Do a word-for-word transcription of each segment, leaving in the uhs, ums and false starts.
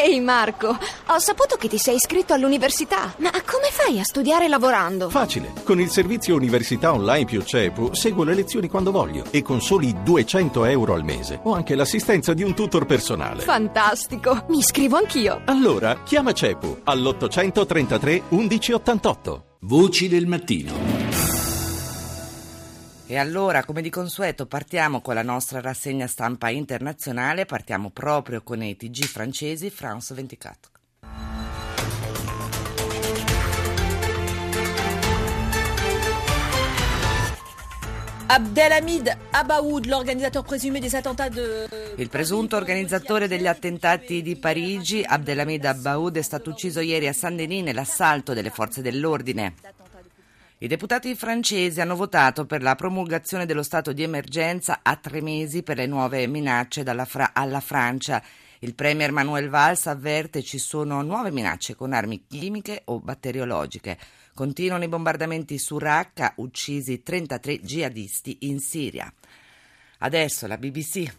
Ehi Marco, ho saputo che ti sei iscritto all'università. Ma come fai a studiare lavorando? Facile, con il servizio Università Online più CEPU seguo le lezioni quando voglio e con soli duecento euro al mese ho anche l'assistenza di un tutor personale. Fantastico, mi iscrivo anch'io. Allora chiama CEPU all'ottocentotrentatré undici ottantotto. Voci del mattino. E allora, come di consueto, partiamo con la nostra rassegna stampa internazionale. Partiamo proprio con i T G francesi, France ventiquattro. Abdelhamid Abaoud, l'organisateur présumé des attentats de... Il presunto organizzatore degli attentati di Parigi, Abdelhamid Abaoud, è stato ucciso ieri a Saint-Denis nell'assalto delle forze dell'ordine. I deputati francesi hanno votato per la promulgazione dello stato di emergenza a tre mesi per le nuove minacce dalla Fra- alla Francia. Il premier Manuel Valls avverte ci sono nuove minacce con armi chimiche o batteriologiche. Continuano i bombardamenti su Raqqa, uccisi trentatré jihadisti in Siria. Adesso la B B C.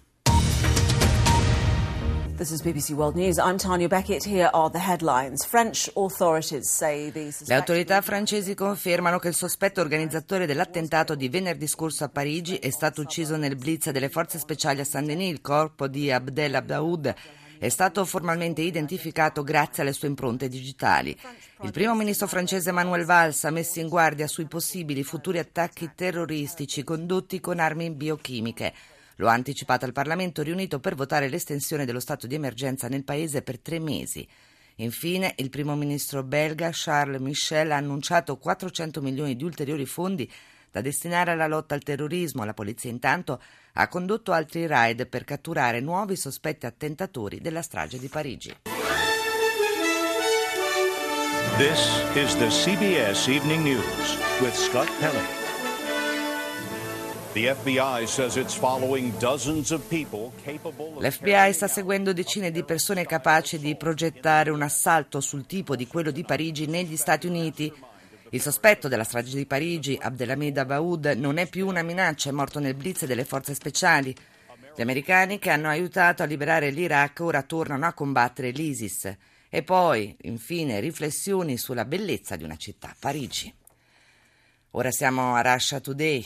This is B B C World News. I'm Tanya Beckett. Here are the headlines. French authorities say the Le autorità francesi confermano che il sospetto organizzatore dell'attentato di venerdì scorso a Parigi è stato ucciso nel blitz delle forze speciali a Saint-Denis. Il corpo di Abdel Abaoud è stato formalmente identificato grazie alle sue impronte digitali. Il primo ministro francese Manuel Valls ha messo in guardia sui possibili futuri attacchi terroristici condotti con armi biochimiche. Lo ha anticipato al Parlamento riunito per votare l'estensione dello stato di emergenza nel paese per tre mesi. Infine, il primo ministro belga Charles Michel ha annunciato quattrocento milioni di ulteriori fondi da destinare alla lotta al terrorismo. La polizia intanto ha condotto altri raid per catturare nuovi sospetti attentatori della strage di Parigi. This is the C B S Evening News with Scott Pelley. The F B I says it's following dozens of people capable of... L'F B I sta seguendo decine di persone capaci di progettare un assalto sul tipo di quello di Parigi negli Stati Uniti. Il sospetto della strage di Parigi, Abdelhamid Abaoud, non è più una minaccia, è morto nel blitz delle forze speciali. Gli americani che hanno aiutato a liberare l'Iraq ora tornano a combattere l'ISIS. E poi, infine, riflessioni sulla bellezza di una città, Parigi. Ora siamo a Russia Today.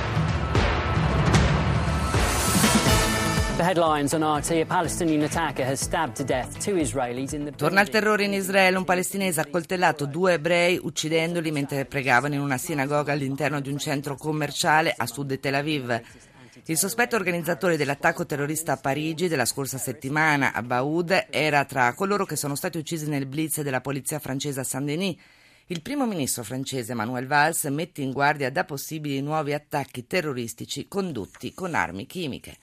The headlines on R T: a Palestinian attacker has stabbed to death two Israelis in the... Torna il terrore in Israele. Un palestinese ha accoltellato due ebrei uccidendoli mentre pregavano in una sinagoga all'interno di un centro commerciale a sud di Tel Aviv. Il sospetto organizzatore dell'attacco terrorista a Parigi della scorsa settimana, Abaoud, era tra coloro che sono stati uccisi nel blitz della polizia francese a Saint-Denis. Il primo ministro francese Manuel Valls mette in guardia da possibili nuovi attacchi terroristici condotti con armi chimiche.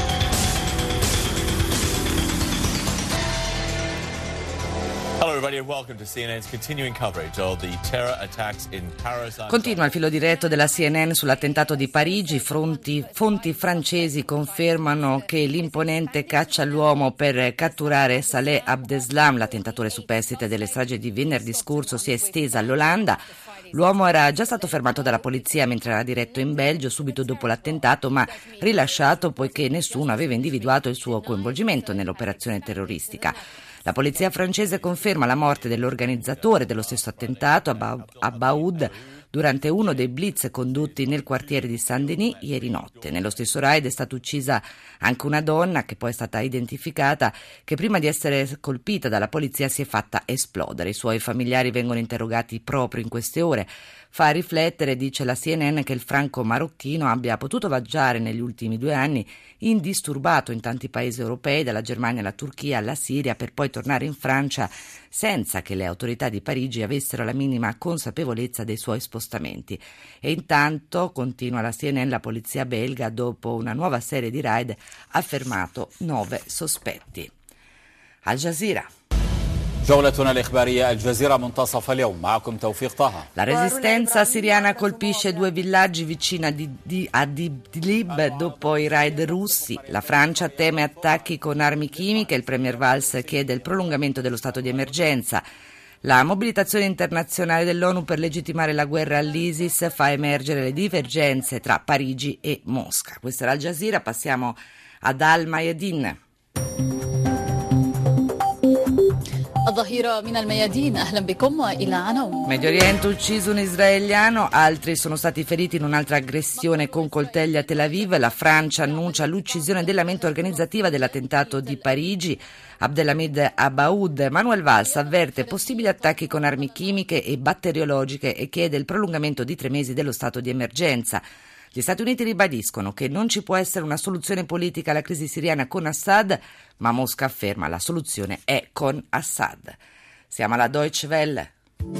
Hello everybody and welcome to C N N's continuing coverage of the terror attacks in Paris. Continua il filo diretto della C N N sull'attentato di Parigi. Fronti, fonti francesi confermano che l'imponente caccia all'uomo per catturare Saleh Abdeslam, l'attentatore superstite delle stragi di venerdì scorso, si è estesa all'Olanda. L'uomo era già stato fermato dalla polizia mentre era diretto in Belgio subito dopo l'attentato, ma rilasciato poiché nessuno aveva individuato il suo coinvolgimento nell'operazione terroristica. La polizia francese conferma la morte dell'organizzatore dello stesso attentato, Abaoud, durante uno dei blitz condotti nel quartiere di Saint-Denis ieri notte. Nello stesso raid è stata uccisa anche una donna, che poi è stata identificata, che prima di essere colpita dalla polizia si è fatta esplodere. I suoi familiari vengono interrogati proprio in queste ore. Fa riflettere, dice la C N N, che il franco marocchino abbia potuto viaggiare negli ultimi due anni indisturbato in tanti paesi europei, dalla Germania alla Turchia alla Siria, per poi tornare in Francia senza che le autorità di Parigi avessero la minima consapevolezza dei suoi spostamenti. E intanto, continua la C N N, la polizia belga, dopo una nuova serie di raid, ha fermato nove sospetti. Al Jazeera. جولتنا الإخبارية الجزيرة منتصف اليوم معكم توفيق طه. La resistenza siriana colpisce due villaggi vicini a, di, di, a Idlib dopo i raid russi. La Francia teme attacchi con armi chimiche. Il premier Valls chiede il prolungamento dello stato di emergenza. La mobilitazione internazionale dell'ONU per legittimare la guerra all'ISIS fa emergere le divergenze tra Parigi e Mosca. Questo era Al Jazeera. Passiamo ad Al Mayadin. الظهيرة من الميادين. أهلا بكم وإلى عناوين. Medio Oriente, ucciso un israeliano, altri sono stati feriti in un'altra aggressione con coltelli a Tel Aviv. La Francia annuncia l'uccisione della mente organizzativa dell'attentato di Parigi, Abdelhamid Abaoud. Manuel Valls avverte possibili attacchi con armi chimiche e batteriologiche e chiede il prolungamento di tre mesi dello stato di emergenza. Gli Stati Uniti ribadiscono che non ci può essere una soluzione politica alla crisi siriana con Assad, ma Mosca afferma la soluzione è con Assad. Siamo alla Deutsche Welle.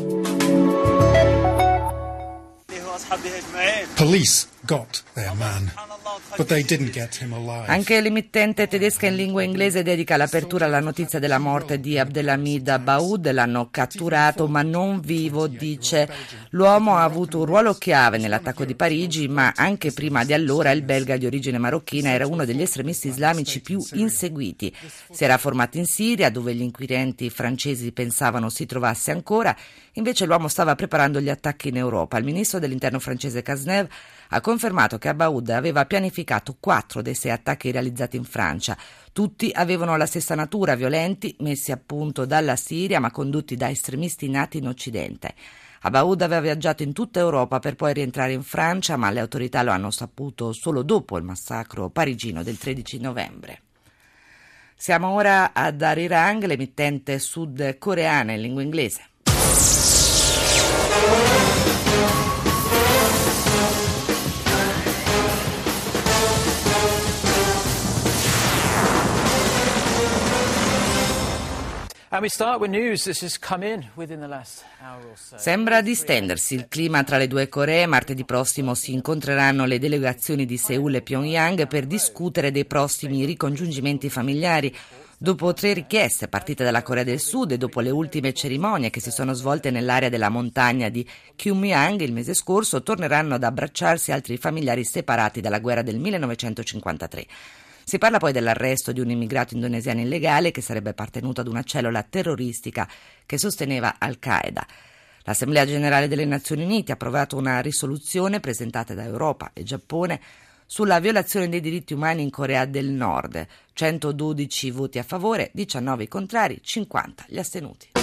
Police got their man, but they didn't get him alive. Anche l'emittente tedesca in lingua inglese dedica l'apertura alla notizia della morte di Abdelhamid Abaoud. L'hanno catturato ma non vivo, dice. L'uomo ha avuto un ruolo chiave nell'attacco di Parigi, ma anche prima di allora il belga di origine marocchina era uno degli estremisti islamici più inseguiti. Si era formato in Siria, dove gli inquirenti francesi pensavano si trovasse ancora. Invece l'uomo stava preparando gli attacchi in Europa. Il ministro dell'interno francese Cazeneuve ha confermato che Abaoud aveva pianificato quattro dei sei attacchi realizzati in Francia. Tutti avevano la stessa natura, violenti, messi a punto dalla Siria ma condotti da estremisti nati in Occidente. Abaoud aveva viaggiato in tutta Europa per poi rientrare in Francia, ma le autorità lo hanno saputo solo dopo il massacro parigino del tredici novembre. Siamo ora ad Arirang, l'emittente sudcoreana in lingua inglese. Sembra distendersi il clima tra le due Coree. Martedì prossimo si incontreranno le delegazioni di Seul e Pyongyang per discutere dei prossimi ricongiungimenti familiari. Dopo tre richieste partite dalla Corea del Sud e dopo le ultime cerimonie che si sono svolte nell'area della montagna di Kyumyang il mese scorso, torneranno ad abbracciarsi altri familiari separati dalla guerra del millenovecentocinquantatré. Si parla poi dell'arresto di un immigrato indonesiano illegale che sarebbe appartenuto ad una cellula terroristica che sosteneva Al-Qaeda. L'Assemblea Generale delle Nazioni Unite ha approvato una risoluzione presentata da Europa e Giappone sulla violazione dei diritti umani in Corea del Nord. centododici voti a favore, diciannove contrari, cinquanta gli astenuti.